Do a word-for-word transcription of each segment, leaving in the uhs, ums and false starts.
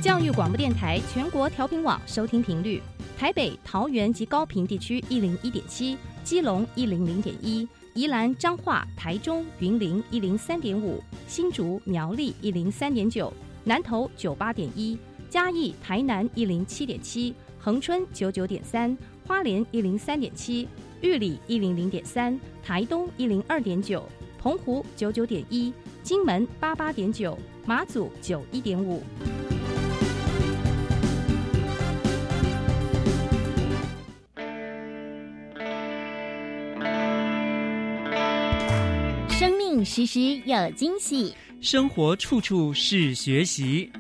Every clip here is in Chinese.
教育广播电台全国调频网收听频率：台北、桃园及高屏地区一零一点七，基隆一零零点一，宜兰、彰化、台中、云林一零三点五，新竹、苗栗一零三点九，南投九八点一，嘉义、台南一零七点七，恒春九九点三，花莲一零三点七，玉里一零零点三，台东一零二点九，澎湖九九点一，金门八八点九，马祖九一点五。 生命时时有惊喜， 生活处处是学习。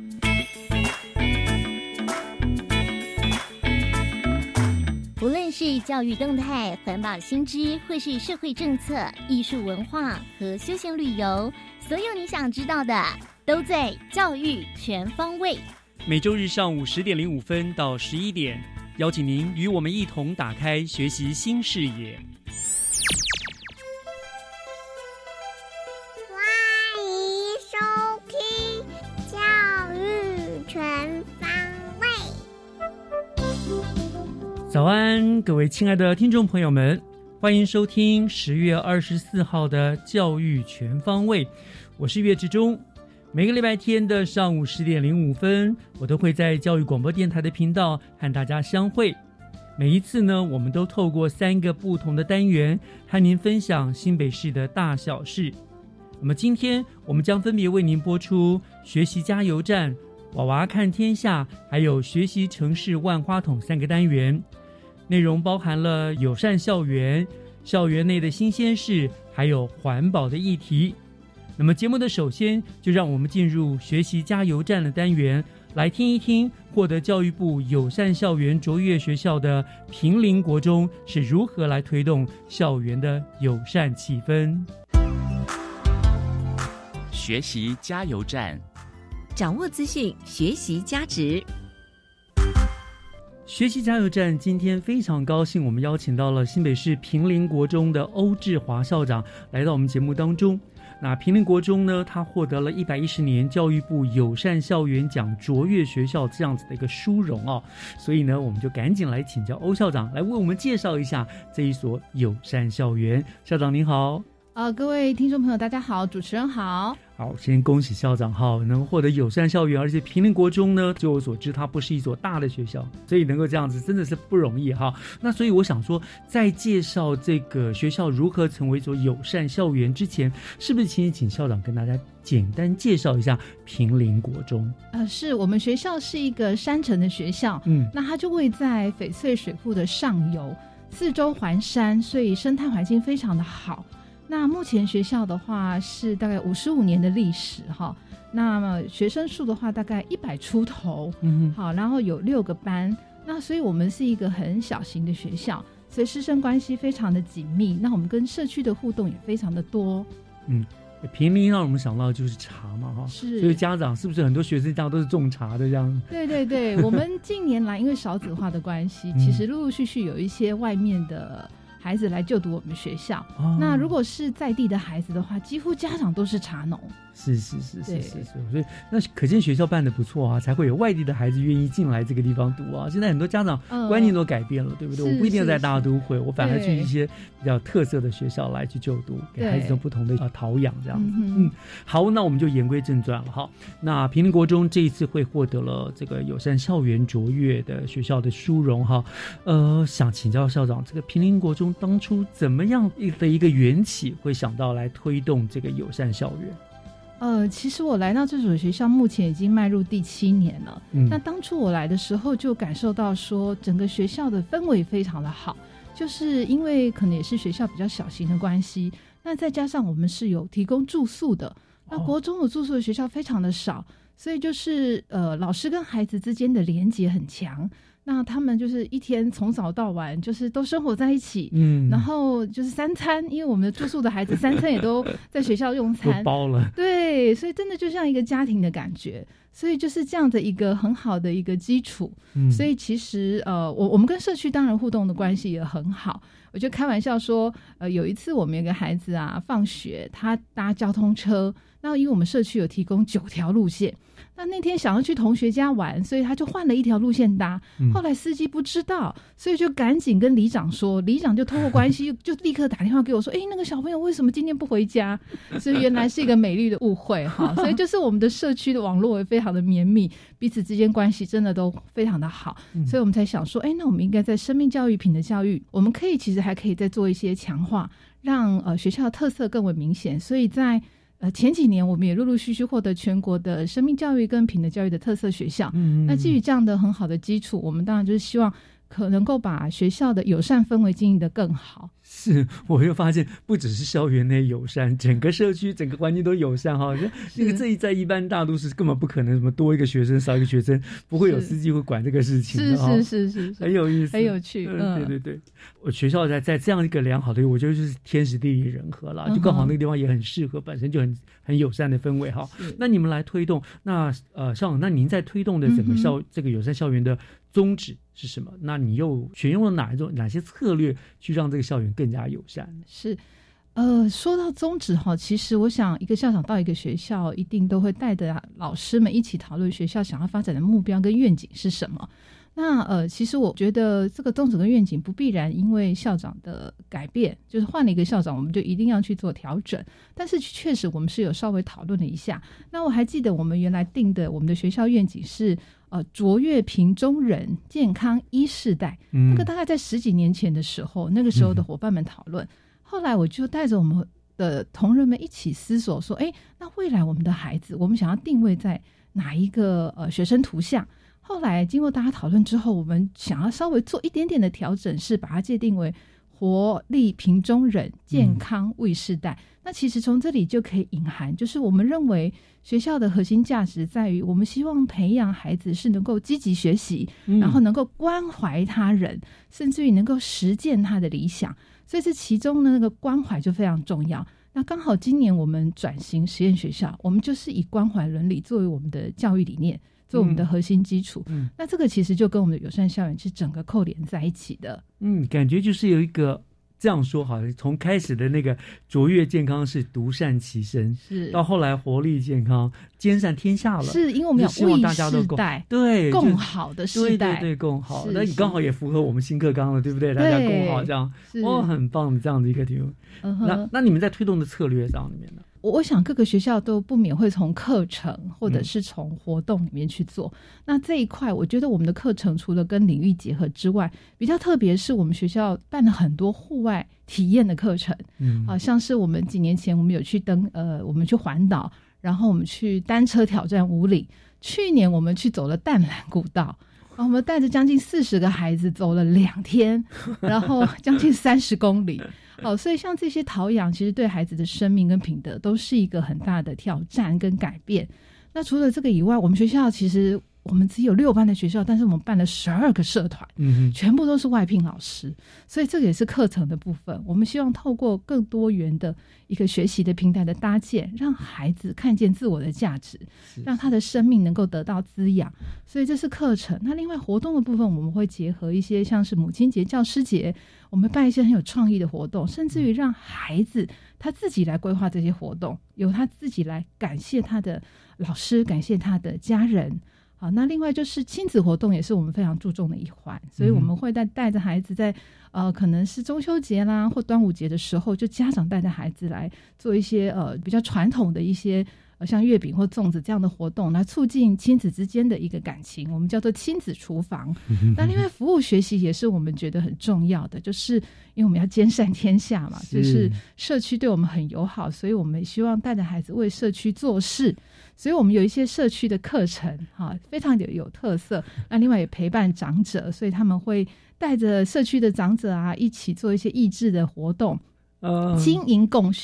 无论是教育动态、环保新知，或是社会政策、艺术文化和休闲旅游，所有你想知道的，都在教育全方位。 每周日上午十点零五分到十一点，邀请您与我们一同打开学习新视野。 欢迎收听教育全方位。 早安，各位亲爱的听众朋友们，欢迎收听十月二十四号的教育全方位，我是岳志忠。每个礼拜天的上午十点零五分，我都会在教育广播电台的频道和大家相会。每一次呢，我们都透过三个不同的单元和您分享新北市的大小事。那么今天我们将分别为您播出学习加油站、娃娃看天下，还有学习城市万花筒三个单元，内容包含了友善校园、校园内的新鲜事，还有环保的议题。那么节目的首先就让我们进入学习加油站的单元，来听一听获得教育部友善校园卓越学校的坪林国中是如何来推动校园的友善气氛。 学习加油站， 掌握资讯，学习加值。 学习加油站今天非常高兴，我们邀请到了新北市坪林国中的欧志华校长来到我们节目当中。那坪林国中呢，他获得了一百一十年教育部友善校园奖卓越学校这样子的一个殊荣哦，所以呢，我们就赶紧来请教欧校长来为我们介绍一下这一所友善校园。校长您好。 呃，各位听众朋友大家好，主持人好。 好，先恭喜校长哈，能获得友善校园，而且坪林国中呢，就我所知，它不是一所大的学校，所以能够这样子真的是不容易哈。那所以我想说，在介绍这个学校如何成为一所友善校园之前，是不是请请校长跟大家简单介绍一下坪林国中？ 呃，是我们学校是一个山城的学校，嗯，那它就位在翡翠水库的上游，四周环山，所以生态环境非常的好。那目前学校的话是大概五十五年的历史哈，那么学生数的话大概一百出头，嗯，好，然后有六个班，那所以我们是一个很小型的学校，所以师生关系非常的紧密，那我们跟社区的互动也非常的多。嗯， 坪林让我们想到就是茶嘛哈，是，所以家长是不是很多学生家都是种茶的这样？ 对对对，我们近年来因为少子化的关系，其实陆陆续续有一些外面的孩子来就读我们学校，哦，那如果是在地的孩子的话，几乎家长都是茶农。 是是是是是是，所以那可见学校办得不错啊，才会有外地的孩子愿意进来这个地方读啊。现在很多家长观念都改变了，嗯，对不对？我不一定要在大都会，我反而去一些比较特色的学校来去就读，给孩子都不同的啊陶养这样子。嗯, 嗯，好，那我们就言归正传了哈。那坪林国中这一次会获得了这个友善校园卓越的学校的殊荣哈。呃，想请教校长，这个坪林国中当初怎么样的一个缘起，会想到来推动这个友善校园？ 呃，其实我来到这所学校目前已经迈入第七年了，嗯，那当初我来的时候就感受到说整个学校的氛围非常的好，就是因为可能也是学校比较小型的关系，那再加上我们是有提供住宿的，那国中有住宿的学校非常的少，所以就是呃老师跟孩子之间的连结很强，那他们就是一天从早到晚就是都生活在一起，嗯，然后就是三餐，因为我们住宿的孩子三餐也都在学校用餐， 都包了， 对，所以真的就像一个家庭的感觉，所以就是这样的一个很好的一个基础，嗯，所以其实呃我我们跟社区当然互动的关系也很好， 我就开玩笑说，呃，有一次我们有个孩子啊，放学他搭交通车，那因为我们社区有提供九条路线，那那天想要去同学家玩，所以他就换了一条路线搭。后来司机不知道，所以就赶紧跟里长说，里长就透过关系就立刻打电话给我说，哎，那个小朋友为什么今天不回家？所以原来是一个美丽的误会哈。所以就是我们的社区的网络也非常的绵密，彼此之间关系真的都非常的好，所以我们才想说，哎，那我们应该在生命教育、品德教育，我们可以其实还可以再做一些强化，让呃学校的特色更为明显。所以在呃，前几年我们也陆陆续续获得全国的生命教育跟品德教育的特色学校。嗯，那基于这样的很好的基础，我们当然就是希望可能够把学校的友善氛围经营得更好。 是，我又发现不只是校园内友善，整个社区整个环境都友善哈。那个这一在一般大都市根本不可能什么多一个学生少一个学生，不会有司机会管这个事情的。 是是是是， 很有意思， 很有趣。 嗯，对对对，我学校在在这样一个良好的，我觉得就是天时地利人和啦，就刚好那个地方也很适合，本身就很很友善的氛围哈。那你们来推动，那呃校长，那您在推动的整个校、嗯、这个友善校园的宗旨是什么？那你又选用了哪一种哪些策略去让这个校园更加友善？ 是，呃，说到宗旨哈，其实我想一个校长到一个学校，一定都会带着老师们一起讨论学校想要发展的目标跟愿景是什么。那呃，其实我觉得这个宗旨跟愿景不必然因为校长的改变，就是换了一个校长，我们就一定要去做调整。但是确实我们是有稍微讨论了一下。那我还记得我们原来定的我们的学校愿景是呃卓越贫中人健康一世代、嗯，那个大概在十几年前的时候，那个时候的伙伴们讨论、嗯。后来我就带着我们的同仁们一起思索说，哎，那未来我们的孩子，我们想要定位在哪一个呃学生图像？后来经过大家讨论之后，我们想要稍微做一点点的调整，是把它界定为活力贫中人健康为世代、嗯、那其实从这里就可以隐含，就是我们认为学校的核心价值在于我们希望培养孩子是能够积极学习、嗯、然后能够关怀他人，甚至于能够实践他的理想，所以这其中的那个关怀就非常重要。那刚好今年我们转型实验学校，我们就是以关怀伦理作为我们的教育理念，做我们的核心基础、嗯嗯、那这个其实就跟我们的友善校园是整个扣连在一起的。嗯， 感觉就是有一个这样说好，从开始的那个卓越健康是独善其身，是到后来活力健康兼善天下了，是因为我们有为世代对共好的世代，对对对共好，那你刚好也符合我们新课纲了，对不对？大家共好这样，哦，很棒的这样的一个题目、嗯、那那你们在推动的策略上里面呢？ 我想各个学校都不免会从课程或者是从活动里面去做、嗯、那这一块我觉得我们的课程除了跟领域结合之外，比较特别是我们学校办了很多户外体验的课程，嗯，啊，像是我们几年前我们有去登呃，我们去环岛，然后我们去单车挑战五里，去年我们去走了淡蓝古道，我们带着将近四十个孩子走了两天，然后将近三十公里。好，所以像这些陶养，其实对孩子的生命跟品德都是一个很大的挑战跟改变。那除了这个以外，我们学校其实我们只有六班的学校，但是我们办了十二个社团，嗯，全部都是外聘老师，所以这个也是课程的部分。我们希望透过更多元的一个学习的平台的搭建，让孩子看见自我的价值，让他的生命能够得到滋养。所以这是课程。那另外活动的部分，我们会结合一些像是母亲节、教师节，我们办一些很有创意的活动，甚至于让孩子他自己来规划这些活动，由他自己来感谢他的老师，感谢他的家人。好，那另外就是亲子活动也是我们非常注重的一环，所以我们会带带着孩子在呃可能是中秋节啦或端午节的时候，就家长带着孩子来做一些呃比较传统的一些呃像月饼或粽子这样的活动，来促进亲子之间的一个感情，我们叫做亲子厨房。那另外服务学习也是我们觉得很重要的，就是因为我们要兼善天下嘛，就是社区对我们很友好，所以我们希望带着孩子为社区做事，所以我们有一些社区的课程哈，非常的有特色。那另外也陪伴长者，所以他们会带着社区的长者啊一起做一些益智的活动，呃，经营共学。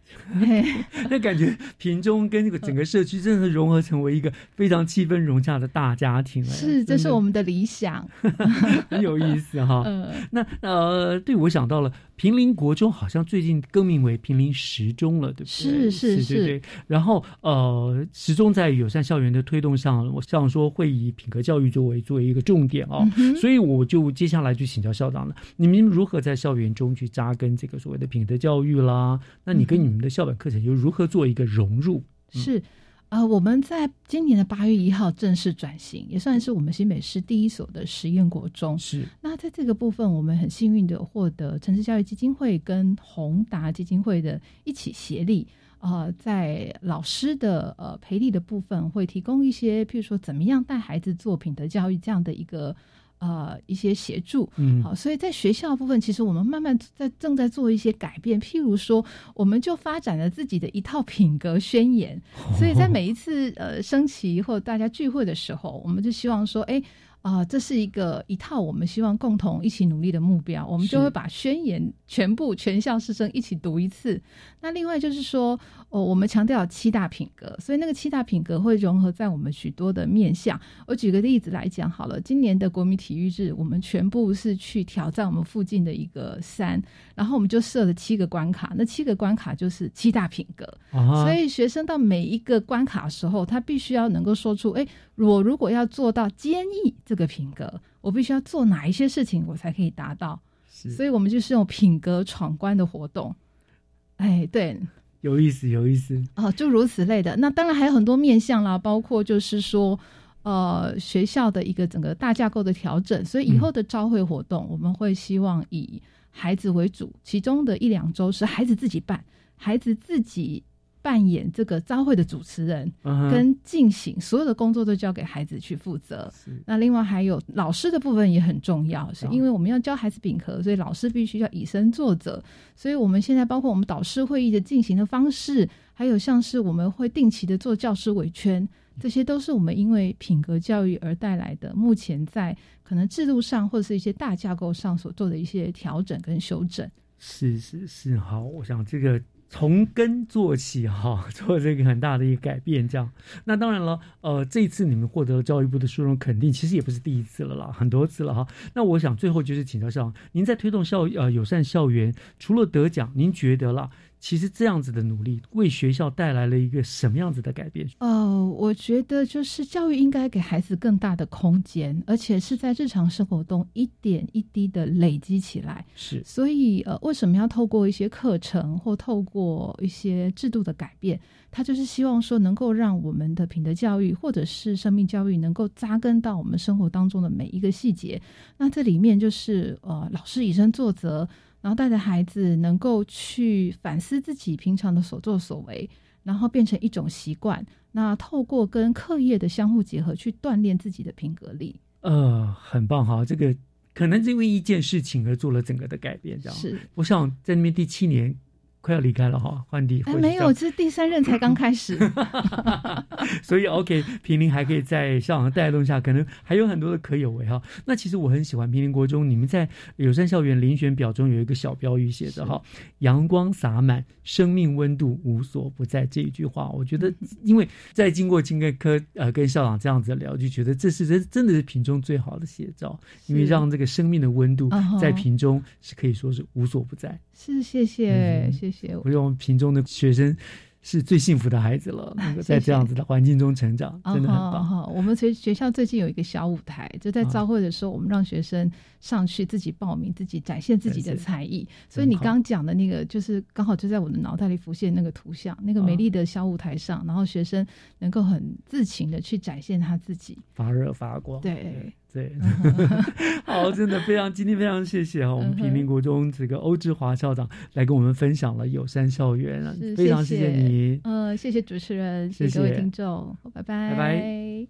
那感觉屏中跟这个整个社区真的融合成为一个非常气氛融洽的大家庭了。 是，这是我们的理想， 很有意思哈。嗯、那呃，对，我想到了坪林国中，好像最近更名为坪林十中了，对不对？ 是是是， 对对。然后呃，十中在友善校园的推动上，我想说会以品格教育作为作为一个重点哦，嗯、所以我就接下来就请教校长了，你们如何在校园中去扎根这个所谓的品德教育啦？那你跟你们的校本课程又如何做一个融入？ 嗯、是。呃，我们在今年的八月一号正式转型，也算是我们新北市第一所的实验国中。 是。 那在这个部分，我们很幸运的获得城市教育基金会跟宏达基金会的一起协力，呃，在老师的呃培力的部分，会提供一些，譬如说怎么样带孩子做品德教育这样的一个。呃，一些协助，嗯，好，所以在学校部分，其实我们慢慢在正在做一些改变。譬如说，我们就发展了自己的一套品格宣言，哦、所以在每一次呃升旗或大家聚会的时候，我们就希望说，哎。啊、呃，这是一个一套我们希望共同一起努力的目标，我们就会把宣言全部全校师生一起读一次。那另外就是说，哦，我们强调七大品格，所以那个七大品格会融合在我们许多的面向。我举个例子来讲好了，今年的国民体育日，我们全部是去挑战我们附近的一个山，然后我们就设了七个关卡，那七个关卡就是七大品格。Uh-huh. 所以学生到每一个关卡的时候，他必须要能够说出，哎，我如果要做到坚毅这个品格，我必须要做哪一些事情我才可以达到。所以我们就是用品格闯关的活动。哎，对， 有意思有意思哦，诸如此类的。那当然还有很多面向啦，包括就是说呃学校的一个整个大架构的调整，所以以后的朝会活动、嗯、我们会希望以孩子为主，其中的一两周是孩子自己办，孩子自己扮演这个朝会的主持人、uh-huh. 跟进行所有的工作都交给孩子去负责。那另外还有老师的部分也很重要，是因为我们要教孩子品格，所以老师必须要以身作则。所以我们现在包括我们导师会议的进行的方式，还有像是我们会定期的做教师围圈，这些都是我们因为品格教育而带来的，目前在可能制度上或者是一些大架构上所做的一些调整跟修正。 是是是，好，我想这个从根做起哈，做这个很大的一个改变，这样。那当然了，呃，这一次你们获得教育部的殊荣肯定，其实也不是第一次了啦，很多次了哈。那我想最后就是请教校长，您在推动校呃友善校园，除了得奖，您觉得啦，其实这样子的努力为学校带来了一个什么样子的改变？ 呃，我觉得就是教育应该给孩子更大的空间，而且是在日常生活中一点一滴的累积起来。 是， 所以呃，为什么要透过一些课程或透过一些制度的改变？他就是希望说能够让我们的品德教育或者是生命教育能够扎根到我们生活当中的每一个细节。那这里面就是呃，老师以身作则，然后带着孩子能够去反思自己平常的所作所为，然后变成一种习惯。那透过跟课业的相互结合，去锻炼自己的品格力。 呃，很棒哈，这个可能是因为一件事情而做了整个的改变，这样。是，我想在那边第七年快要离开了哈，换地。 哎，没有，这第三任才刚开始。 所以 OK， 坪林还可以在校长带动下，可能还有很多的可有为哈。那其实我很喜欢坪林国中，你们在友善校园遴选表中有一个小标语写着哈，阳光洒满，生命温度无所不在，这一句话，我觉得因为在经过经科呃跟校长这样子聊，就觉得这是真真的是坪中最好的写照，因为让这个生命的温度在坪中是可以说是无所不在。 是，谢谢、嗯、谢谢。 我用坪中的学生是最幸福的孩子了，能够在这样子的环境中成长，谢谢真的很棒。 哦哦、我们学学校最近有一个小舞台，就在朝会的时候，我们让学生上去自己报名，自己展现自己的才艺。所以你刚刚讲的那个，就是刚好就在我的脑袋里浮现那个图像，那个美丽的小舞台上，然后学生能够很自情的去展现他自己， 发热发光。 对。 对，好，真的非常，今天非常谢谢哈，我们坪林国中这个欧志华校长来跟我们分享了友善校园，非常谢谢你， 呃，谢谢主持人，谢谢各位听众，拜拜， 拜拜。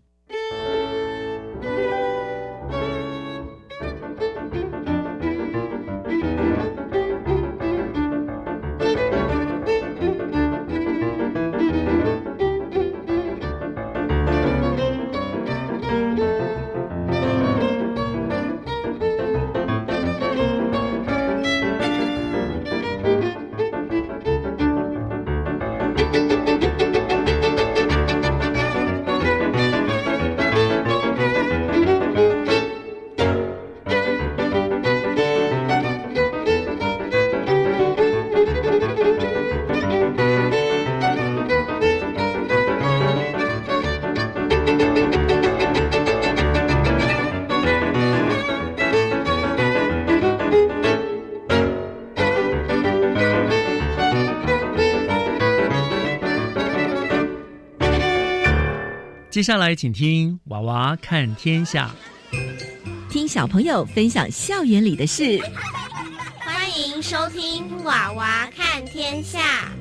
接下来请听娃娃看天下， 听小朋友分享校园里的事。 欢迎收听娃娃看天下。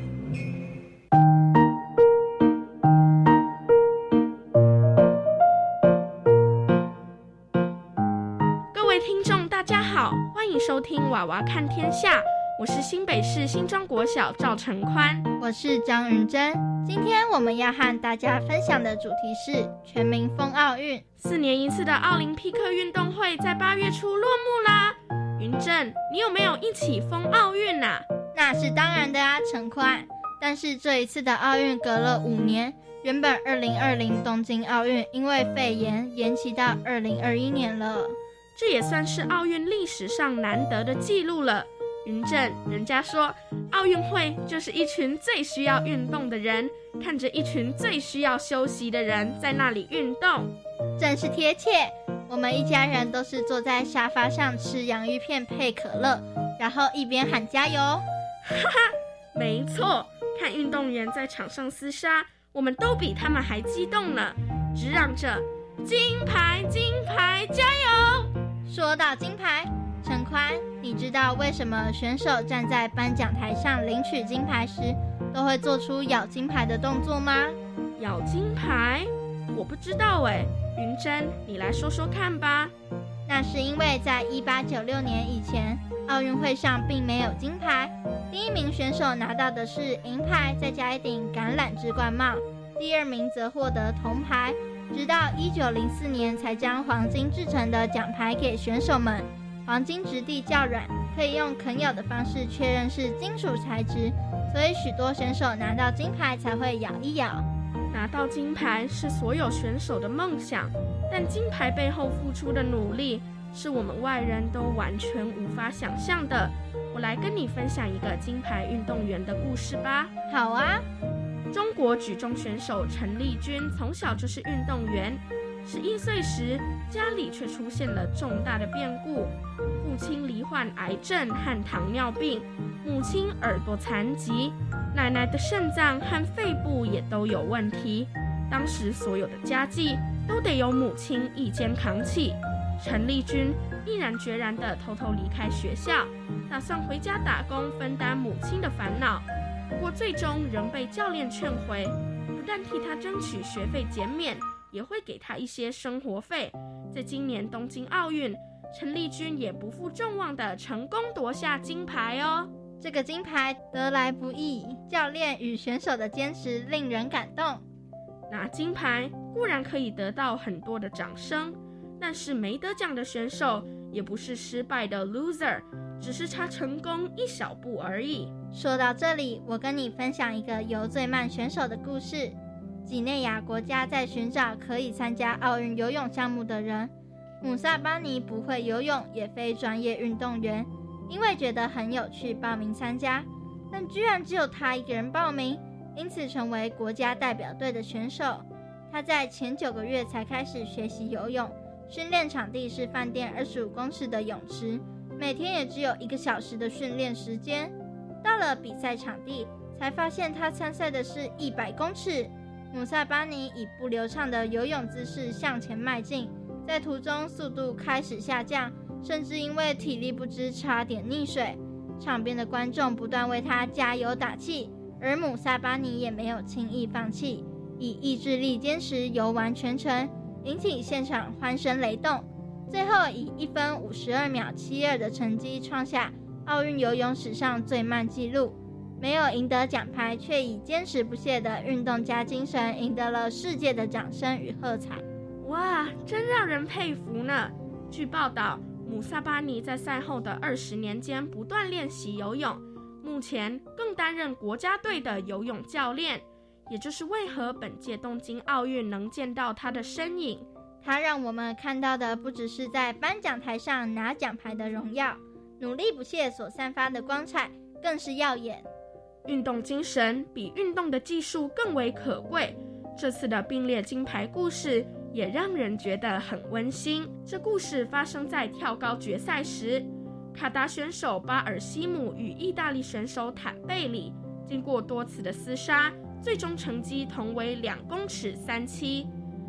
各位听众大家好，欢迎收听娃娃看天下，我是新北市新庄国小赵成宽， 我是张云珍。今天我们要和大家分享的主题是全民疯奥运。 四年一次的奥林匹克运动会在八月初落幕啦。云珍，你有没有一起疯奥运啊？ 那是当然的啊，陈宽。但是这一次的奥运隔了五年，原本二零二零东京奥运因为肺炎延期到二零二一年了。 这也算是奥运历史上难得的记录了。云珍，人家说奥运会就是一群最需要运动的人看着一群最需要休息的人在那里运动， 真是贴切。我们一家人都是坐在沙发上吃洋芋片配可乐，然后一边喊加油。哈哈，没错，看运动员在场上厮杀，我们都比他们还激动呢，直嚷着金牌金牌加油。 说到金牌，陈宽，你知道为什么选手站在颁奖台上领取金牌时都会做出咬金牌的动作吗？ 咬金牌？我不知道哎，云珍，你来说说看吧。 那是因为在一八九六年以前，奥运会上并没有金牌，第一名选手拿到的是银牌，再加一顶橄榄枝冠帽，第二名则获得铜牌。直到一九零四年才将黄金制成的奖牌给选手们。黄金质地较软，可以用啃咬的方式确认是金属材质，所以许多选手拿到金牌才会咬一咬。 拿到金牌是所有选手的梦想，但金牌背后付出的努力是我们外人都完全无法想象的。我来跟你分享一个金牌运动员的故事吧。 好啊。 中国举重选手陈丽君从小就是运动员，十一岁时家里却出现了重大的变故，父亲罹患癌症和糖尿病，母亲耳朵残疾，奶奶的肾脏和肺部也都有问题，当时所有的家计都得由母亲一肩扛起。陈丽君毅然决然地偷偷离开学校，打算回家打工分担母亲的烦恼，不过最终仍被教练劝回，不但替他争取学费减免，也会给他一些生活费。在今年东京奥运，陈丽君也不负众望地成功夺下金牌哦。 这个金牌得来不易，教练与选手的坚持令人感动。 拿金牌固然可以得到很多的掌声，但是没得奖的选手也不是失败的 loser， 只是差成功一小步而已。 说到这里，我跟你分享一个游最慢选手的故事。几内亚国家在寻找可以参加奥运游泳项目的人。姆萨巴尼不会游泳，也非专业运动员，因为觉得很有趣报名参加，但居然只有他一个人报名，因此成为国家代表队的选手。他在前九个月才开始学习游泳，训练场地是饭店二十五公尺的泳池，每天也只有一个小时的训练时间。到了比赛场地，才发现他参赛的是一百公尺。姆萨巴尼以不流畅的游泳姿势向前迈进，在途中速度开始下降，甚至因为体力不支差点溺水。场边的观众不断为他加油打气，而姆萨巴尼也没有轻易放弃，以意志力坚持游完全程，引起现场欢声雷动。最后以一分五十二秒七二的成绩创下奥运游泳史上最慢纪录。没有赢得奖牌，却以坚持不懈的运动家精神赢得了世界的掌声与喝彩。 哇，真让人佩服呢！据报道，姆萨巴尼在赛后的二十年间不断练习游泳，目前更担任国家队的游泳教练，也就是为何本届东京奥运能见到他的身影。 他让我们看到的不只是在颁奖台上拿奖牌的荣耀，努力不懈所散发的光彩更是耀眼。 运动精神比运动的技术更为可贵，这次的并列金牌故事也让人觉得很温馨。这故事发生在跳高决赛时，卡达选手巴尔西姆与意大利选手坦贝里经过多次的厮杀，最终成绩同为两公尺三七。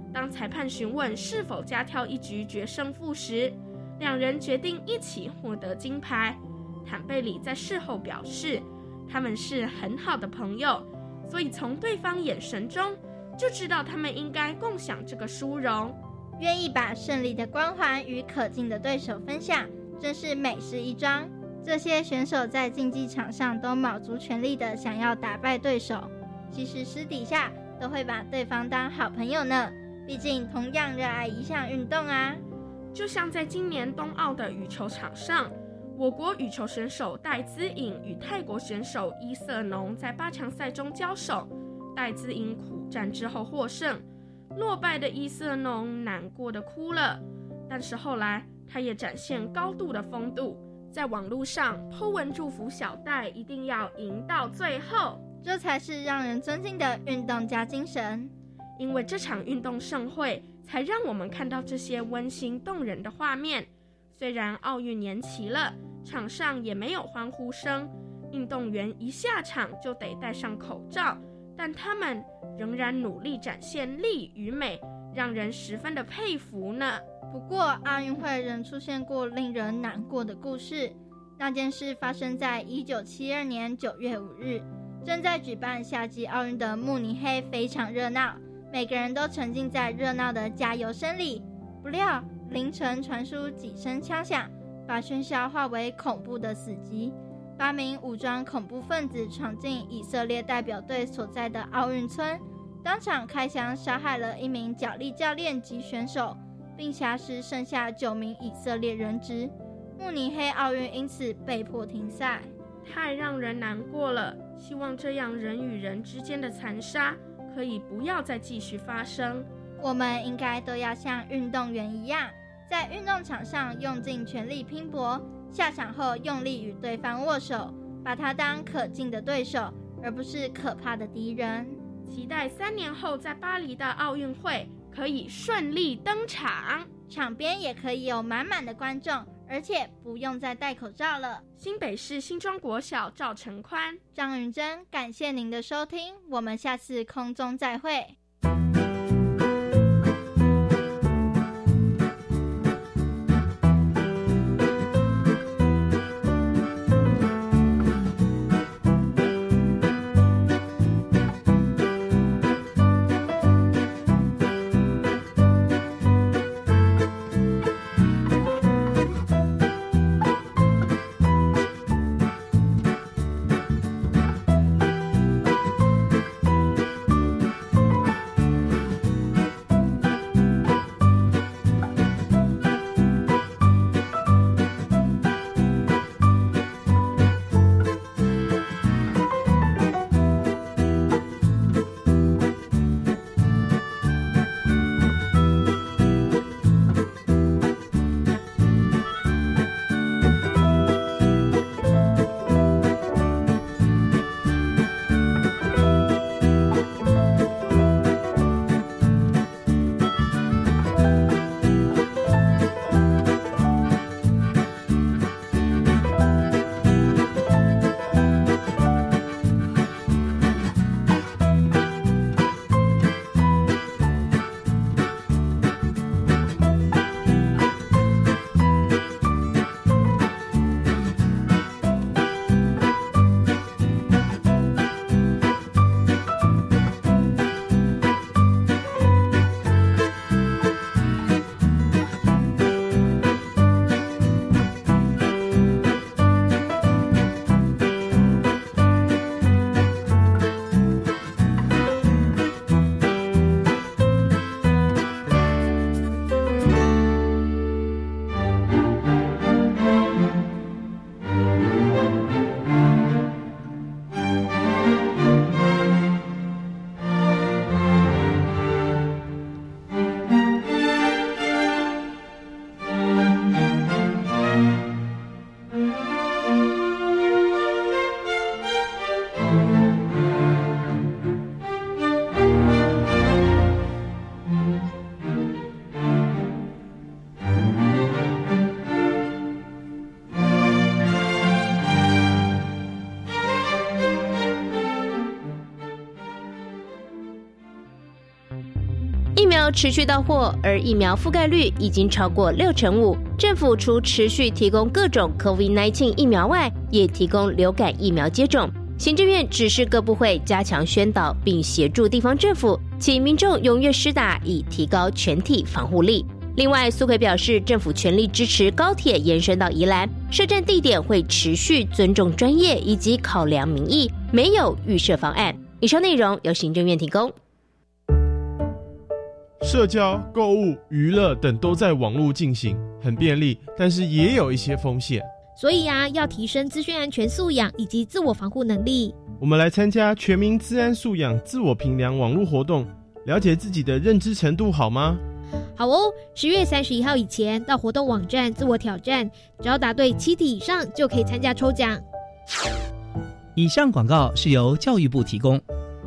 当裁判询问是否加跳一局决胜负时，两人决定一起获得金牌。坦贝里在事后表示，他们是很好的朋友，所以从对方眼神中就知道他们应该共享这个殊荣。 愿意把胜利的光环与可敬的对手分享，真是美事一桩。这些选手在竞技场上都卯足全力的想要打败对手，其实私底下都会把对方当好朋友呢，毕竟同样热爱一项运动啊。 就像在今年冬奥的羽球场上，我国羽球选手戴资颖与泰国选手伊瑟农在八强赛中交手，戴资颖苦战之后获胜，落败的伊瑟农难过的哭了。但是后来他也展现高度的风度，在网络上 po 文祝福小戴一定要赢到最后， 这才是让人尊敬的运动家精神。 因为这场运动盛会，才让我们看到这些温馨动人的画面。虽然奥运延期了，场上也没有欢呼声，运动员一下场就得戴上口罩，但他们仍然努力展现力与美，让人十分的佩服呢。 不过奥运会仍出现过令人难过的故事。那件事发生在一九七二年九月五日，正在举办夏季奥运的慕尼黑非常热闹，每个人都沉浸在热闹的加油声里。不料凌晨传出几声枪响，把喧嚣化为恐怖的死寂。八名武装恐怖分子闯进以色列代表队所在的奥运村，当场开枪杀害了一名角力教练及选手，并挟持剩下九名以色列人质。慕尼黑奥运因此被迫停赛。 太让人难过了，希望这样人与人之间的残杀可以不要再继续发生。 我们应该都要像运动员一样，在运动场上用尽全力拼搏，下场后用力与对方握手，把他当可敬的对手，而不是可怕的敌人。 期待三年后在巴黎的奥运会可以顺利登场， 场边也可以有满满的观众，而且不用再戴口罩了。 新北市新庄国小赵成宽、 张云珍，感谢您的收听，我们下次空中再会。 疫苗持续到货，而疫苗覆盖率已经超过六成五。政府除持续提供各种 COVID 十九 疫苗外，也提供流感疫苗接种。行政院指示各部会加强宣导，并协助地方政府，请民众踊跃施打，以提高全体防护力。另外，苏奎表示，政府全力支持高铁延伸到宜兰，设站地点会持续尊重专业以及考量民意，没有预设方案。以上内容由行政院提供。 社交、购物、娱乐等都在网络进行，很便利，但是也有一些风险。 所以啊，要提升资讯安全素养以及自我防护能力。 我们来参加全民资安素养自我评量网络活动，了解自己的认知程度好吗？ 好哦，十月三十一号以前到活动网站自我挑战，只要答对七题以上就可以参加抽奖。 以上广告是由教育部提供。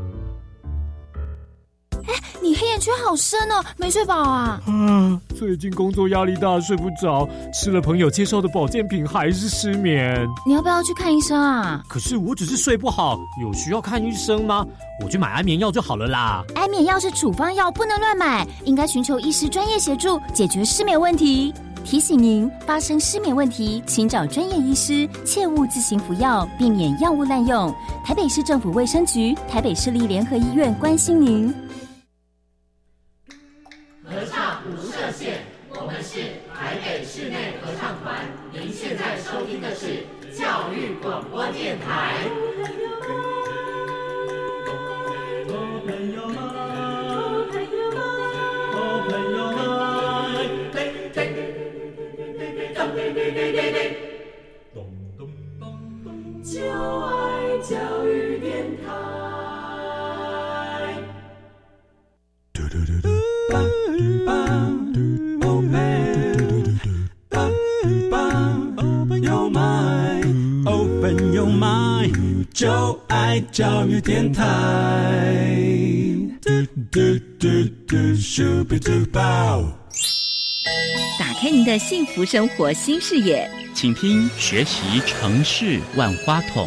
你黑眼圈好深哦，没睡饱啊？ 啊，最近工作压力大，睡不着，吃了朋友介绍的保健品还是失眠。 你要不要去看医生啊？ 可是我只是睡不好，有需要看医生吗？我去买安眠药就好了啦。 安眠药是处方药，不能乱买，应该寻求医师专业协助，解决失眠问题。提醒您，发生失眠问题，请找专业医师，切勿自行服药，避免药物滥用。台北市政府卫生局、台北市立联合医院关心您。 合唱无设限，我们是台北室内合唱团。您现在收听的是教育广播电台。就爱教育电台。Open your mind, open your mind， 就爱教育电台。 打开您的幸福生活新视野， 请听学习城市万花筒。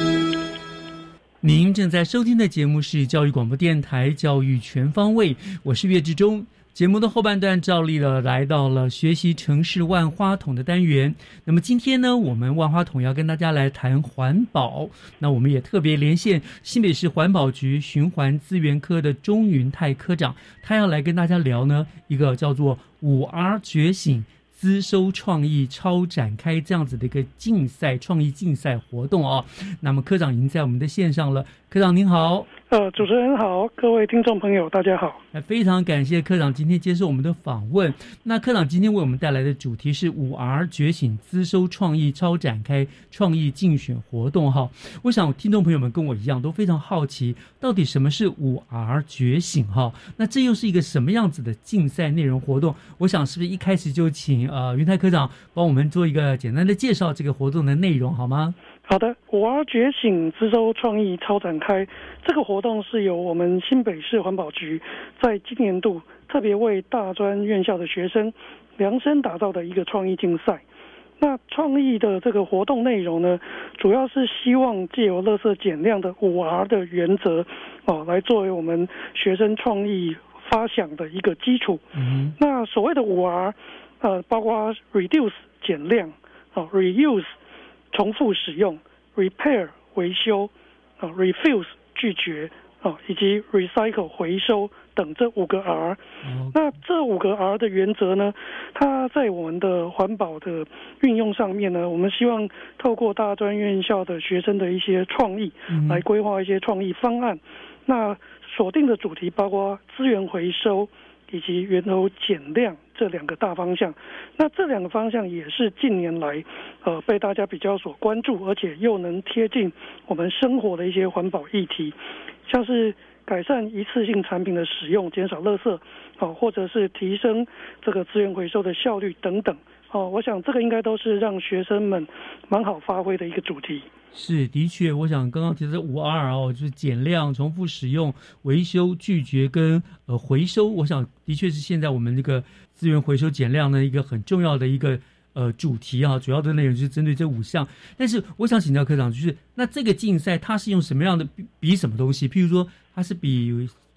您正在收听的节目是教育广播电台教育全方位，我是岳志忠。节目的后半段照例了来到了学习城市万花筒的单元。那么今天呢，我们万花筒要跟大家来谈环保。那我们也特别连线新北市环保局循环资源科的钟云泰科长，他要来跟大家聊呢一个叫做五 R 觉醒资收创意超展开这样子的一个竞赛创意竞赛活动哦。那么科长已经在我们的线上了，科长您好。 呃，主持人好，各位听众朋友大家好。 非常感谢科长今天接受我们的访问。那科长今天为我们带来的主题是五 R 觉醒资收创意超展开创意竞选活动哈。我想听众朋友们跟我一样都非常好奇，到底什么是五 R 觉醒哈？那这又是一个什么样子的竞赛内容活动？我想是不是一开始就请呃云泰科长帮我们做一个简单的介绍这个活动的内容好吗？ 好的，五 R 觉醒资收创意超展开这个活动是由我们新北市环保局在今年度特别为大专院校的学生量身打造的一个创意竞赛。那创意的这个活动内容呢，主要是希望借由垃圾减量的五 R 的原则哦，来作为我们学生创意发想的一个基础。嗯，那所谓的五 R， 呃，包括 reduce 减量，哦 ，reuse 重复使用 ，repair 维修，啊 ，refuse 拒绝，啊，以及 recycle 回收等这五个 R。嗯、那这五个 R 的原则呢，它在我们的环保的运用上面呢，我们希望透过大专院校的学生的一些创意，嗯、来规划一些创意方案。那锁定的主题包括资源回收以及源头减量这两个大方向。那这两个方向也是近年来呃被大家比较所关注，而且又能贴近我们生活的一些环保议题，像是改善一次性产品的使用，减少垃圾，哦，或者是提升这个资源回收的效率等等。哦，我想这个应该都是让学生们蛮好发挥的一个主题。 是，的确，我想刚刚提的五 R 哦，就是减量、重复使用、维修、拒绝跟呃回收。我想的确是现在我们这个资源回收减量的一个很重要的一个呃主题啊，主要的内容就是针对这五项。但是我想请教科长，就是那这个竞赛它是用什么样的比比什么东西？譬如说，它是比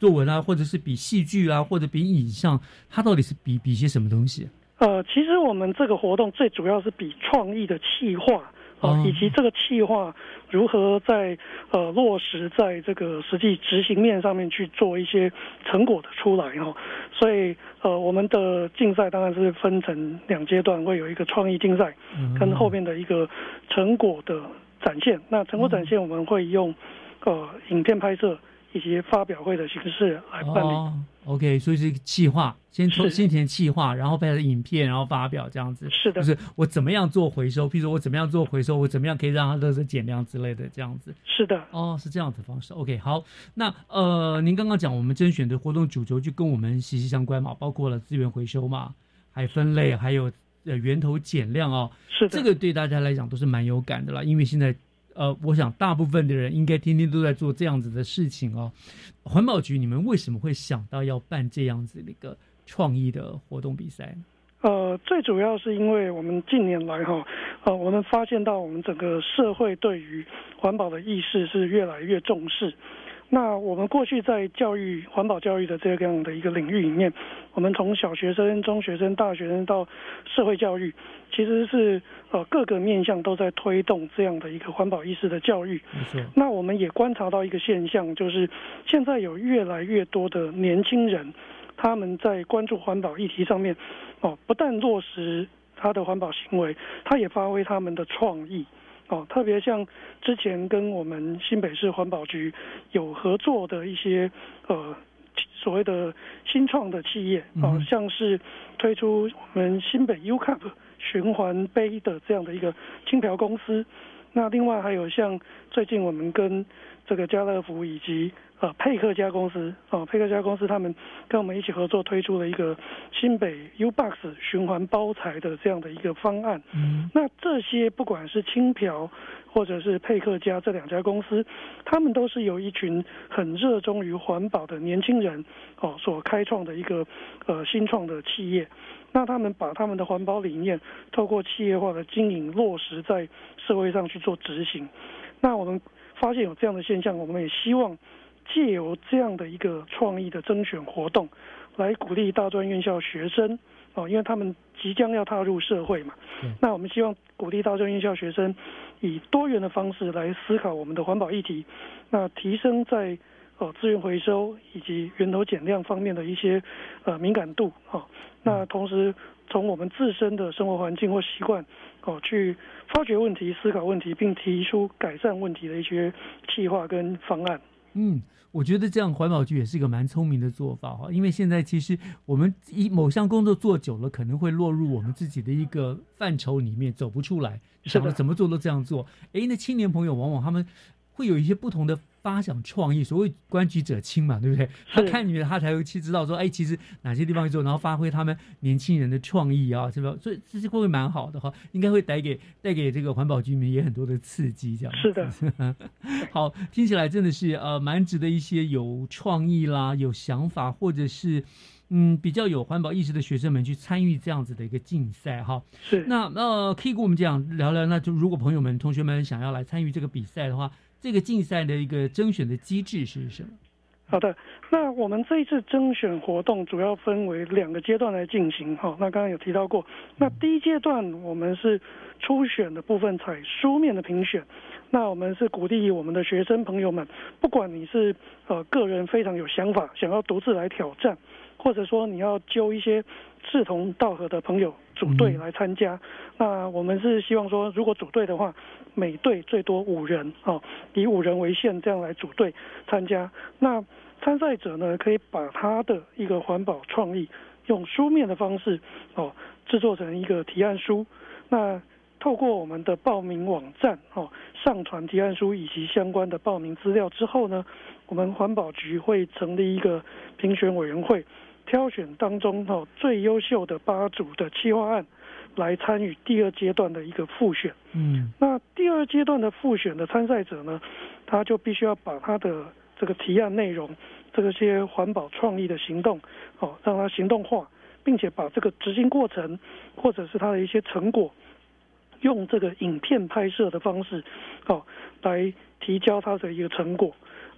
作文啊，或者是比戏剧啊，或者比影像，它到底是比比些什么东西？ 呃，其实我们这个活动最主要是比创意的企划。哦，以及这个企划如何在呃落实在这个实际执行面上面去做一些成果的出来哦，所以呃我们的竞赛当然是分成两阶段，会有一个创意竞赛，跟后面的一个成果的展现。那成果展现我们会用呃影片拍摄以及发表会的形式来办理。 哦 OK， 所以是企划，先先填企划，然后拍成影片，然后发表这样子。 是的， 就是我怎么样做回收，譬如说我怎么样做回收，我怎么样可以让它垃圾减量之类的这样子。 是的， 哦，是这样子的方式。OK， 好，那呃，您刚刚讲我们甄选的活动主轴就跟我们息息相关嘛，包括了资源回收嘛，还分类，还有呃源头减量哦。 是的， 这个对大家来讲都是蛮有感的啦，因为现在。呃，我想大部分的人应该天天都在做这样子的事情哦。环保局，你们为什么会想到要办这样子的一个创意的活动比赛呢？ 呃，最主要是因为我们近年来哈，呃，我们发现到我们整个社会对于环保的意识是越来越重视。那我们过去在教育环保教育的这样的一个领域里面，我们从小学生、中学生、大学生到社会教育，其实是呃各个面向都在推动这样的一个环保意识的教育。 没错。 那我们也观察到一个现象，就是现在有越来越多的年轻人，他们在关注环保议题上面，哦，不但落实他的环保行为，他也发挥他们的创意。哦，特别像之前跟我们新北市环保局有合作的一些呃所谓的新创的企业啊、哦，像是推出我们新北 U Cup 循环杯的这样的一个轻瓢公司。那另外还有像最近我们跟这个家乐福以及呃佩克家公司啊、哦，佩克家公司他们跟我们一起合作推出了一个新北 U-Box 循环包材的这样的一个方案。 嗯， 那这些不管是轻瓢或者是佩克家这两家公司，他们都是由一群很热衷于环保的年轻人哦所开创的一个呃新创的企业。那他们把他们的环保理念透过企业化的经营落实在社会上去做执行。那我们发现有这样的现象，我们也希望借由这样的一个创意的甄选活动，来鼓励大专院校学生哦，因为他们即将要踏入社会嘛。嗯、那我们希望鼓励大专院校学生以多元的方式来思考我们的环保议题，那提升在呃资源回收以及源头减量方面的一些呃敏感度哦。那同时从我们自身的生活环境或习惯哦，去发掘问题、思考问题，并提出改善问题的一些计划跟方案。 嗯，我觉得这样环保局也是一个蛮聪明的做法哈，因为现在其实我们一某项工作做久了，可能会落入我们自己的一个范畴里面，走不出来，想着怎么做都这样做。哎，那青年朋友往往他们会有一些不同的发想创意，所谓观局者清嘛，对不对？他看你的，他才会去知道说，哎，其实哪些地方去做，然后发挥他们年轻人的创意啊，是吧？所以这是会不会蛮好的哈？应该会带给带给这个环保居民也很多的刺激，这样。 是的， 好，听起来真的是呃蛮值得一些有创意啦、有想法或者是嗯比较有环保意识的学生们去参与这样子的一个竞赛哈。 是。 那呃可以跟我们这样聊聊，那就如果朋友们、同学们想要来参与这个比赛的话。这个竞赛的一个甄选的机制是什么？ 好的，那我们这一次甄选活动主要分为两个阶段来进行哈。那刚刚有提到过，那第一阶段我们是初选的部分采书面的评选，那我们是鼓励我们的学生朋友们，不管你是呃个人非常有想法，想要独自来挑战，或者说你要揪一些志同道合的朋友组队来参加。嗯、那我们是希望说，如果组队的话，每队最多五人哦，以五人为限，这样来组队参加。那参赛者呢，可以把他的一个环保创意用书面的方式哦制作成一个提案书。那透过我们的报名网站哦上传提案书以及相关的报名资料之后呢，我们环保局会成立一个评选委员会，挑选当中哦最优秀的八组的企划案。来参与第二阶段的一个复选。 嗯， 那第二阶段的复选的参赛者呢，他就必须要把他的这个提案内容，这些环保创意的行动，哦，让它行动化，并且把这个执行过程或者是他的一些成果，用这个影片拍摄的方式，哦，来提交他的一个成果。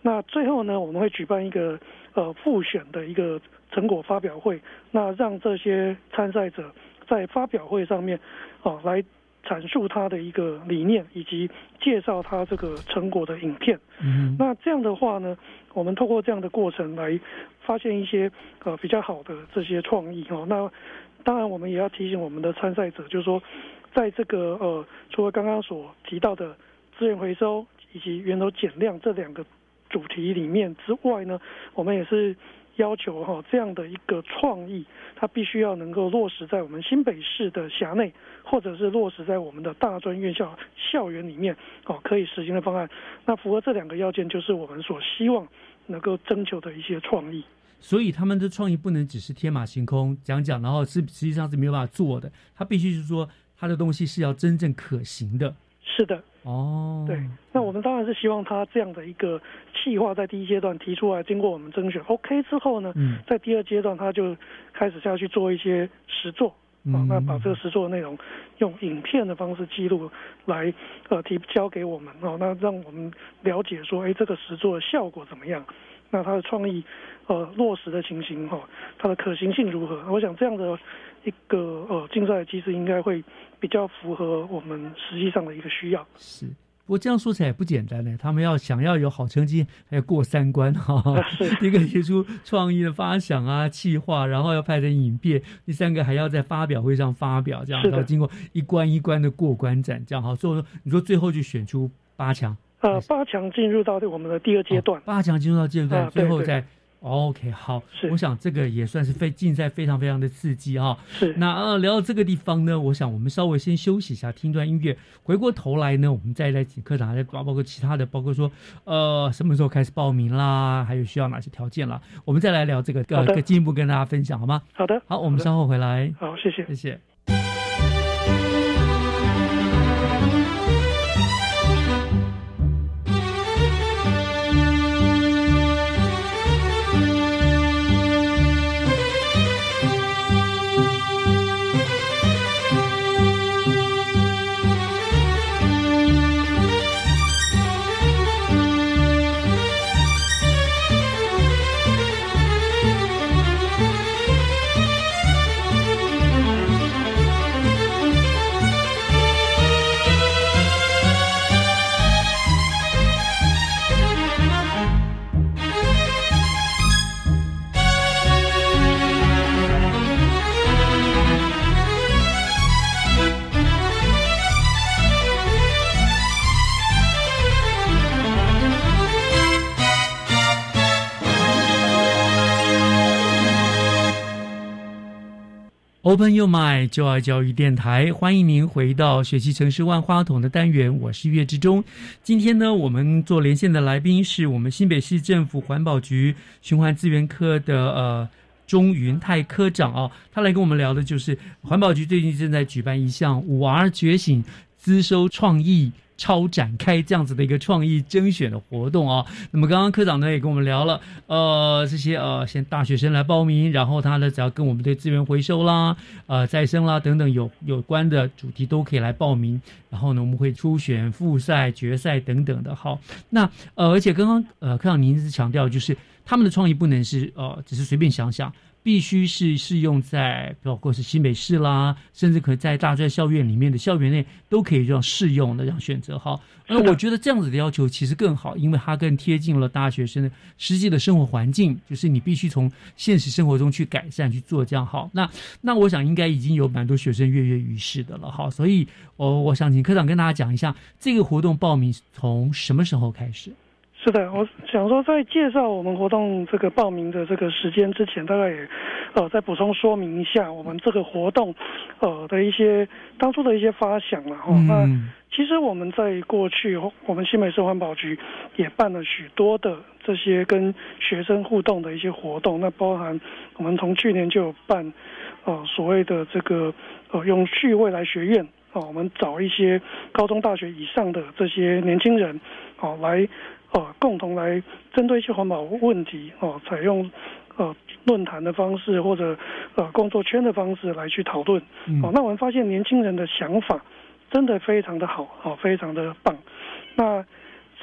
那最后呢，我们会举办一个呃复选的一个成果发表会，那让这些参赛者在发表会上面哦、呃、来阐述他的一个理念，以及介绍他这个成果的影片。嗯，那这样的话呢，我们透过这样的过程来发现一些呃比较好的这些创意哦。那当然，我们也要提醒我们的参赛者，就是说，在这个呃除了刚刚所提到的资源回收以及源头减量这两个主题里面之外呢，我们也是要求哈、哦、这样的一个创意，它必须要能够落实在我们新北市的辖内，或者是落实在我们的大专院校校园里面哦，可以实行的方案。那符合这两个要件，就是我们所希望能够征求的一些创意。 所以他们的创意不能只是天马行空讲讲，然后是实际上是没有办法做的，他必须是说他的东西是要真正可行的。 是的。 哦， 对，那我们当然是希望他这样的一个企划在第一阶段提出来，经过我们甄选 OK 之后呢，嗯，在第二阶段他就开始下去做一些实作，嗯、哦，那把这个实作的内容用影片的方式记录来呃提交给我们哦，那让我们了解说，哎，这个实作的效果怎么样？那它的创意呃落实的情形哈、哦，它的可行性如何？我想这样的一个呃竞赛的机制应该会比较符合我们实际上的一个需要。 是，不过这样说起来也不简单呢。他们要想要有好成绩，还要过三关哈、哦。第一个提出创意的发想啊、企划，然后要拍成影片；第三个还要在发表会上发表，这样然后经过一关一关的过关斩将哈。所以说，你说最后就选出八强。 呃，八强进入到我们的第二阶段，哦、 八强进入到阶段， 啊、 最后再 OK 好，我想这个也算是非竞赛非常非常的刺激哈、哦。 是， 那呃聊到这个地方呢，我想我们稍微先休息一下，听段音乐，回过头来呢，我们再来请科长，再包括其他的，包括说呃什么时候开始报名啦，还有需要哪些条件啦，我们再来聊这个呃进一步跟大家分享好吗？ 好的， 好，我们稍后回来。 好，谢谢， 谢谢。Open Your Mind 就爱教育电台，欢迎您回到学习城市万花筒的单元，我是岳志忠。今天呢，我们做连线的来宾是我们新北市政府环保局循环资源科的呃钟云泰科长啊，他来跟我们聊的就是环保局最近正在举办一项五 R 觉醒资收创意超展开这样子的一个创意甄选的活动啊。那么刚刚科长呢也跟我们聊了，呃，这些呃，先大学生来报名，然后他呢只要跟我们对资源回收啦、呃再生啦等等有有关的主题都可以来报名。然后呢，我们会初选、复赛、决赛等等的。好，那呃，而且刚刚呃科长您是强调，就是他们的创意不能是呃只是随便想想。必须是适用在包括是新北市啦，甚至可能在大专校院里面的校园内都可以这样适用的这样选择哈。那我觉得这样子的要求其实更好，因为它更贴近了大学生的实际的生活环境，就是你必须从现实生活中去改善去做这样好。那那我想应该已经有蛮多学生跃跃欲试的了哈，所以我我想请科长跟大家讲一下这个活动报名从什么时候开始。 是的，我想说，在介绍我们活动这个报名的这个时间之前，大概也呃再补充说明一下我们这个活动呃的一些当初的一些发想了哈、嗯。那其实我们在过去，我们新北市环保局也办了许多的这些跟学生互动的一些活动，那包含我们从去年就有办呃所谓的这个呃永续未来学院啊、呃，我们找一些高中大学以上的这些年轻人啊、呃、来。呃，共同来针对一些环保问题哦、呃，采用呃论坛的方式或者呃工作圈的方式来去讨论。哦、嗯呃，那我们发现年轻人的想法真的非常的好，哦、呃，非常的棒。那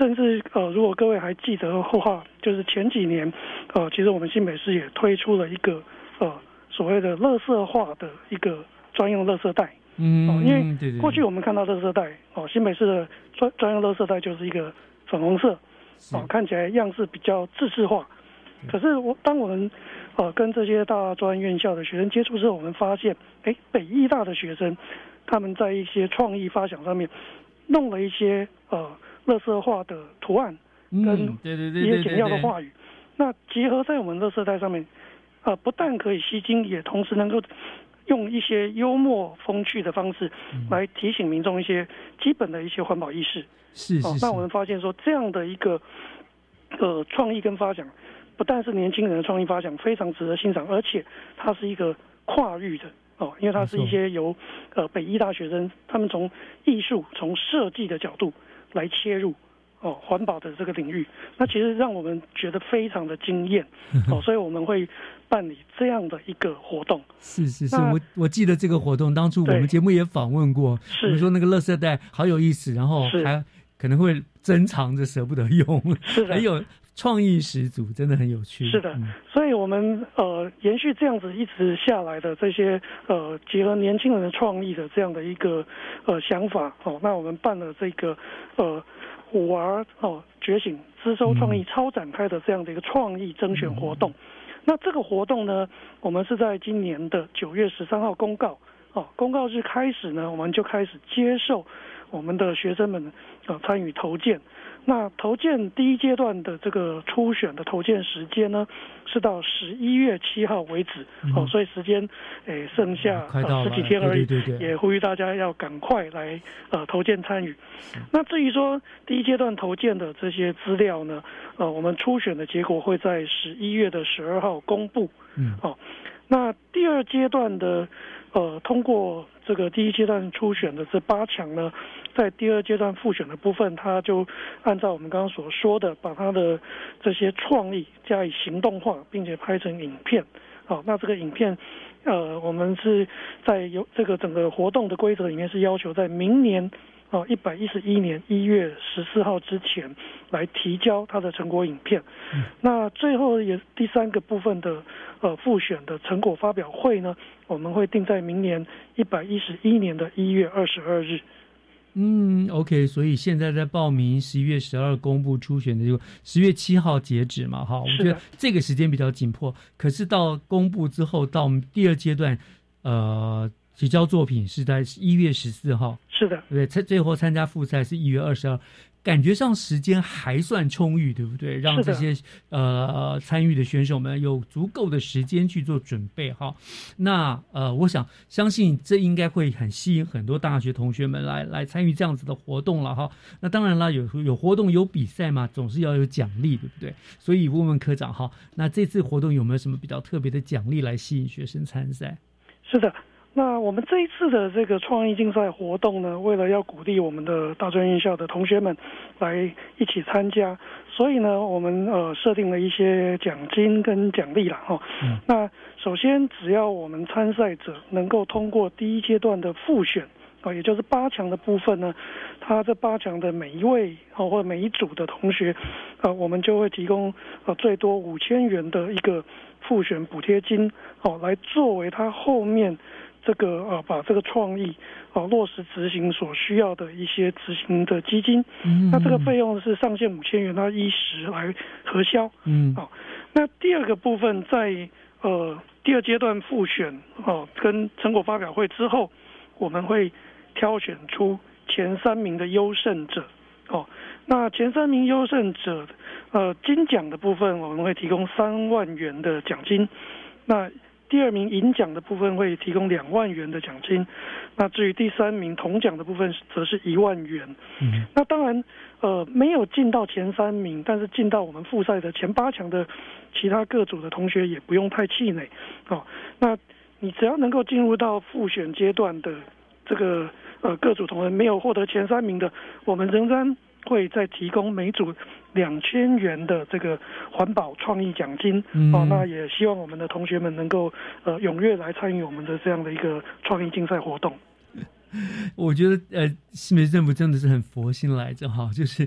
甚至呃，如果各位还记得的话，就是前几年呃，其实我们新北市也推出了一个呃所谓的垃圾化的一个专用垃圾袋。 嗯， 哦，因为过去我们看到垃圾袋哦，新北市的专专用垃圾袋就是一个粉红色，哦，看起来样式比较制式化。可是我当我们呃跟这些大专院校的学生接触之后，我们发现，哎，北艺大的学生他们在一些创意发想上面弄了一些呃垃圾化的图案跟一些简要的话语，那结合在我们垃圾袋上面，呃，不但可以吸睛，也同时能够用一些幽默风趣的方式来提醒民众一些基本的一些环保意识。 是是是、哦。 那我们发现说，这样的一个呃创意跟发想，不但是年轻人的创意发想非常值得欣赏，而且它是一个跨域的哦，因为它是一些由呃北医大学生他们从艺术、从设计的角度来切入。哦，环保的这个领域，那其实让我们觉得非常的惊艳哦，所以我们会办理这样的一个活动。 是是是，我我记得这个活动，当初我们节目也访问过，我们说那个垃圾袋好有意思，然后还可能会珍藏着舍不得用， 是的， 很有创意十足，真的很有趣。 是的，嗯、所以我们呃延续这样子一直下来的这些呃结合年轻人的创意的这样的一个呃想法哦，那我们办了这个呃。五娃哦觉醒资收创意超展开的这样的一个创意甄选活动，嗯、那这个活动呢，我们是在今年的九月十三号公告哦，公告日开始呢，我们就开始接受我们的学生们呃参与投件。那投件第一阶段的这个初选的投件时间呢，是到十一月七号为止、嗯、哦，所以时间诶剩下、呃、十几天而已， 对对对， 也呼吁大家要赶快来呃投件参与。那至于说第一阶段投件的这些资料呢，呃，我们初选的结果会在十一月的十二号公布。嗯，哦，那第二阶段的呃通过这个第一阶段初选的这八强呢，在第二阶段复选的部分，他就按照我们刚刚所说的，把他的这些创意加以行动化，并且拍成影片。好，那这个影片，呃，我们是在有这个整个活动的规则里面是要求在明年啊一百一十一年一月十四号之前来提交他的成果影片。嗯、那最后也第三个部分的呃复选的成果发表会呢，我们会定在明年一百一十一年的一月二十二日。 嗯 ，OK， 所以现在在报名，十一月十二公布初选的就十月七号截止嘛，哈，我觉得这个时间比较紧迫。可是到公布之后，到我们第二阶段，呃，提交作品是在一月十四号， 是的， 对，最最后参加复赛是一月二十二。感觉上时间还算充裕，对不对？让这些呃参与的选手们有足够的时间去做准备哈。那呃，我想相信这应该会很吸引很多大学同学们来来参与这样子的活动了哈。那当然啦，有有活动有比赛嘛，总是要有奖励，对不对？所以问问科长哈，那这次活动有没有什么比较特别的奖励来吸引学生参赛？ 是的。那我们这一次的这个创意竞赛活动呢，为了要鼓励我们的大专院校的同学们来一起参加，所以呢，我们呃设定了一些奖金跟奖励啦哈、哦。嗯、那首先，只要我们参赛者能够通过第一阶段的复选啊、哦，也就是八强的部分呢，他这八强的每一位哦或者每一组的同学，呃，我们就会提供呃最多五千元的一个复选补贴金哦，来作为他后面。这个呃，把这个创意啊、呃、落实执行所需要的一些执行的基金，嗯，那这个费用是上限五千元，它依时来核销，嗯，好、哦，那第二个部分在呃第二阶段复选哦、呃、跟成果发表会之后，我们会挑选出前三名的优胜者，哦，那前三名优胜者呃金奖的部分我们会提供三万元的奖金，那第二名银奖的部分会提供两万元的奖金，那至于第三名铜奖的部分则是一万元。嗯，那当然，呃，没有进到前三名，但是进到我们复赛的前八强的其他各组的同学也不用太气馁。哦，那你只要能够进入到复选阶段的这个呃各组同仁没有获得前三名的，我们仍然会再提供每组两千元的这个环保创意奖金，嗯、哦，那也希望我们的同学们能够呃踊跃来参与我们的这样的一个创意竞赛活动。 我觉得呃，新北市政府真的是很佛心来着哈，就是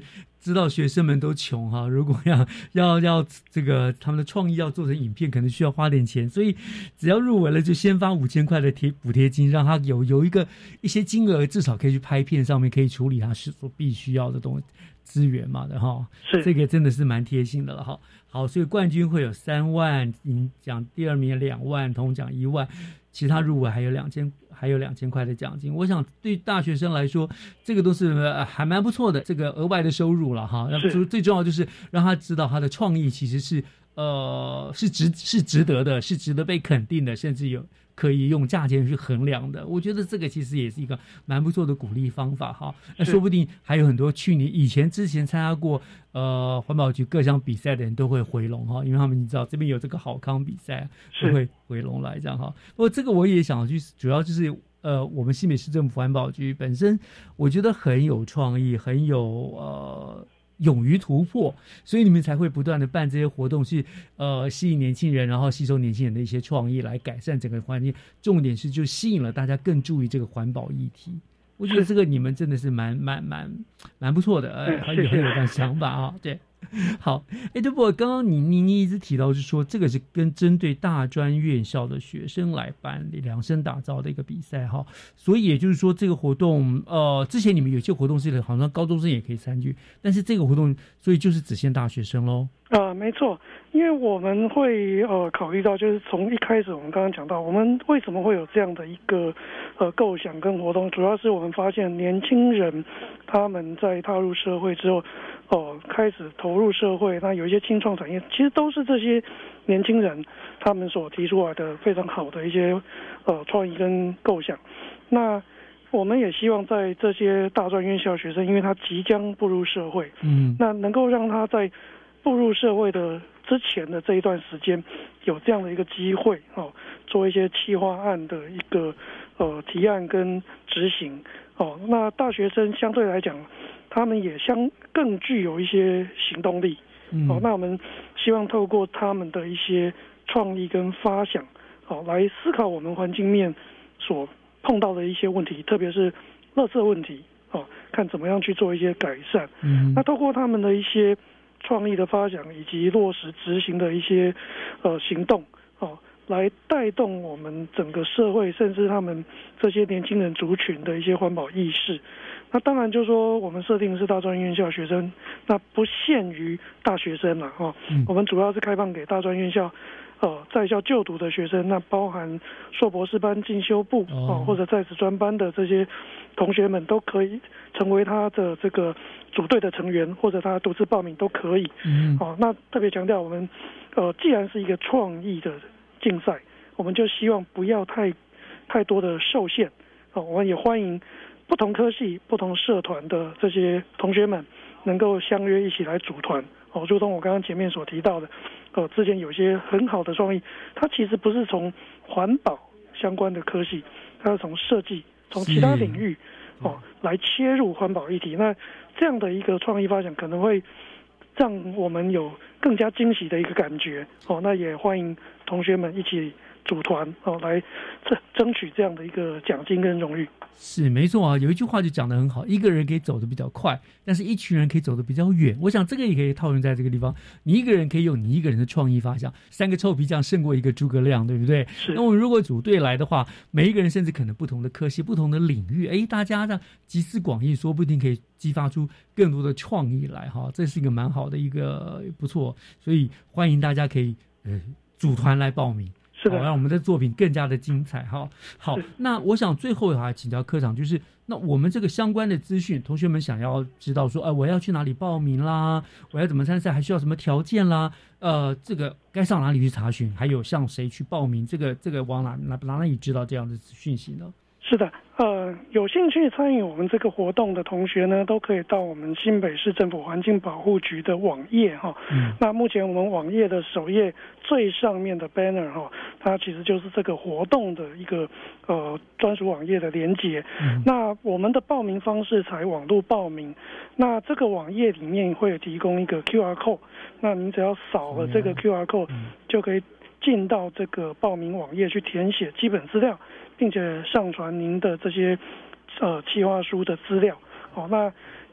知道学生们都穷哈，如果要要要这个他们的创意要做成影片，可能需要花点钱，所以只要入围了就先发五千块的贴补贴金，让他有有一个一些金额，至少可以去拍片上面可以处理他所必须要的东西资源嘛的哈。 是这个真的是蛮贴心的了哈。好，所以冠军会有三万，银奖第二名两万，铜奖一万，其他入围还有两千。还有两千块的奖金，我想对大学生来说，这个都是、呃、还蛮不错的，这个额外的收入了哈。最最重要就是让他知道他的创意其实是呃是值是值得的，是值得被肯定的，甚至有可以用价钱去衡量的。我觉得这个其实也是一个蛮不错的鼓励方法哈。那说不定还有很多去年以前之前参加过呃环保局各项比赛的人都会回笼哈，因为他们你知道这边有这个好康比赛，都会回笼来这样哈。不过这个我也想去，主要就是呃我们新北市政府环保局本身，我觉得很有创意，很有呃。勇于突破，所以你们才会不断的办这些活动，去呃吸引年轻人，然后吸收年轻人的一些创意，来改善整个环境。重点是就吸引了大家更注意这个环保议题。我觉得这个你们真的是蛮蛮蛮蛮不错的，哎，很有很有这样想法啊，对。好，哎，对不？刚刚你你你一直提到是说，这个是跟针对大专院校的学生来办理量身打造的一个比赛哈，所以也就是说，这个活动呃，之前你们有些活动是好像高中生也可以参与，但是这个活动所以就是只限大学生喽。 啊、呃，没错，因为我们会呃考虑到，就是从一开始我们刚刚讲到，我们为什么会有这样的一个呃构想跟活动，主要是我们发现年轻人他们在踏入社会之后，哦、呃，开始投入社会，那有一些青创产业，其实都是这些年轻人他们所提出来的非常好的一些呃创意跟构想。那我们也希望在这些大专院校学生，因为他即将步入社会，嗯，那能够让他在步入社会的之前的这一段时间，有这样的一个机会哦，做一些企划案的一个呃提案跟执行哦。那大学生相对来讲，他们也相更具有一些行动力、嗯、哦。那我们希望透过他们的一些创意跟发想，哦，来思考我们环境面所碰到的一些问题，特别是垃圾问题哦，看怎么样去做一些改善。嗯，那透过他们的一些创意的发想以及落实执行的一些呃行动哦，来带动我们整个社会，甚至他们这些年轻人族群的一些环保意识。那当然就是说我们设定是大专院校学生，那不限于大学生了哦、嗯，我们主要是开放给大专院校呃在校就读的学生，那包含硕博士班、进修部哦、呃、或者在职专班的这些同学们都可以成为他的这个组队的成员，或者他独自报名都可以。嗯，哦，那特别强调我们，呃，既然是一个创意的竞赛，我们就希望不要太太多的受限。哦，我们也欢迎不同科系、不同社团的这些同学们能够相约一起来组团。哦，如同我刚刚前面所提到的，呃，之前有些很好的创意，它其实不是从环保相关的科系，它是从设计、从其他领域。哦，来切入环保议题，那这样的一个创意发想可能会让我们有更加惊喜的一个感觉。哦，那也欢迎同学们一起组团哦，来争争取这样的一个奖金跟荣誉。 是没错啊，有一句话就讲得很好，一个人可以走得比较快，但是一群人可以走得比较远。我想这个也可以套用在这个地方，你一个人可以用你一个人的创意发想，三个臭皮匠胜过一个诸葛亮，对不对？那我们如果组队来的话，每一个人甚至可能不同的科系、不同的领域，哎，大家这样集思广益，说不定可以激发出更多的创意来哈。这是一个蛮好的一个不错，所以欢迎大家可以呃组团来报名。是的，让我们的作品更加的精彩哈。好，那我想最后还请教科长，就是那我们这个相关的资讯，同学们想要知道说，哎、呃，我要去哪里报名啦？我要怎么参赛？还需要什么条件啦？呃，这个该上哪里去查询？还有向谁去报名？这个这个往哪哪哪里知道这样的讯息呢？ 是的，呃，有兴趣参与我们这个活动的同学呢，都可以到我们新北市政府环境保护局的网页哈。嗯。那目前我们网页的首页最上面的 banner 哈，它其实就是这个活动的一个呃专属网页的连结。嗯。那我们的报名方式采网络报名，那这个网页里面会提供一个 Q R code， 那您只要扫了这个 Q R code，、嗯、就可以进到这个报名网页去填写基本资料，并且上传您的这些呃企划书的资料。哦，那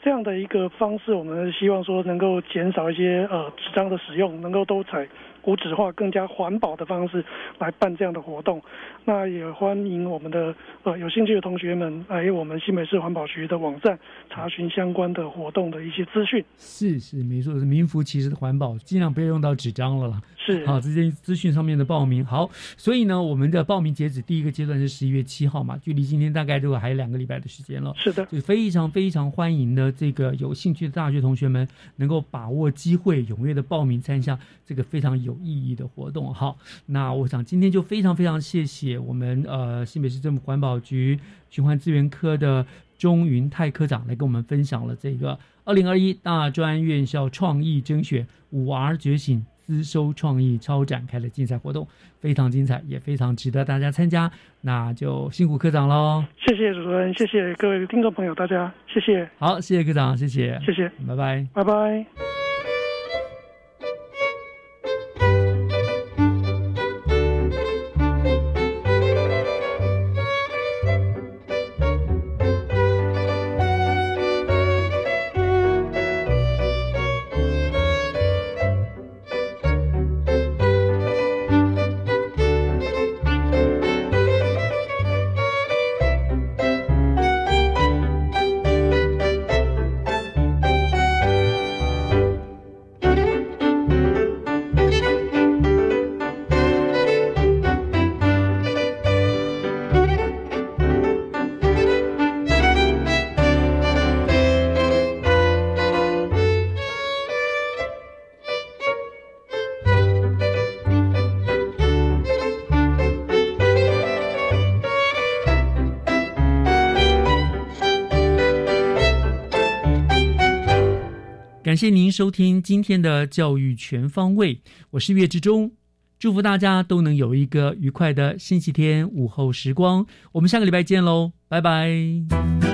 这样的一个方式，我们希望说能够减少一些呃纸张的使用，能够都采无纸化、更加环保的方式来办这样的活动。那也欢迎我们的呃有兴趣的同学们来我们新北市环保局的网站查询相关的活动的一些资讯。 是是没错，是名副其实的环保，尽量不要用到纸张了啦。 是好，这些资讯上面的报名好，所以呢，我们的报名截止第一个阶段是十一月七号嘛，距离今天大概就还有两个礼拜的时间了。 是的， 就非常非常欢迎的这个有兴趣的大学同学们能够把握机会，踊跃的报名参加这个非常有意义的活动。好，那我想今天就非常非常谢谢我们呃新北市政府环保局循环资源科的钟云泰科长来跟我们分享了这个二零二一大专院校创意甄选五 R 觉醒资收创意超展开的竞赛活动，非常精彩，也非常值得大家参加。那就辛苦科长咯。 谢谢主持人，谢谢各位听众朋友，大家谢谢。 好，谢谢科长，谢谢， 谢谢， 拜拜， 拜拜。 感谢您收听今天的教育全方位，我是岳志忠，祝福大家都能有一个愉快的星期天午后时光，我们下个礼拜见喽，拜拜。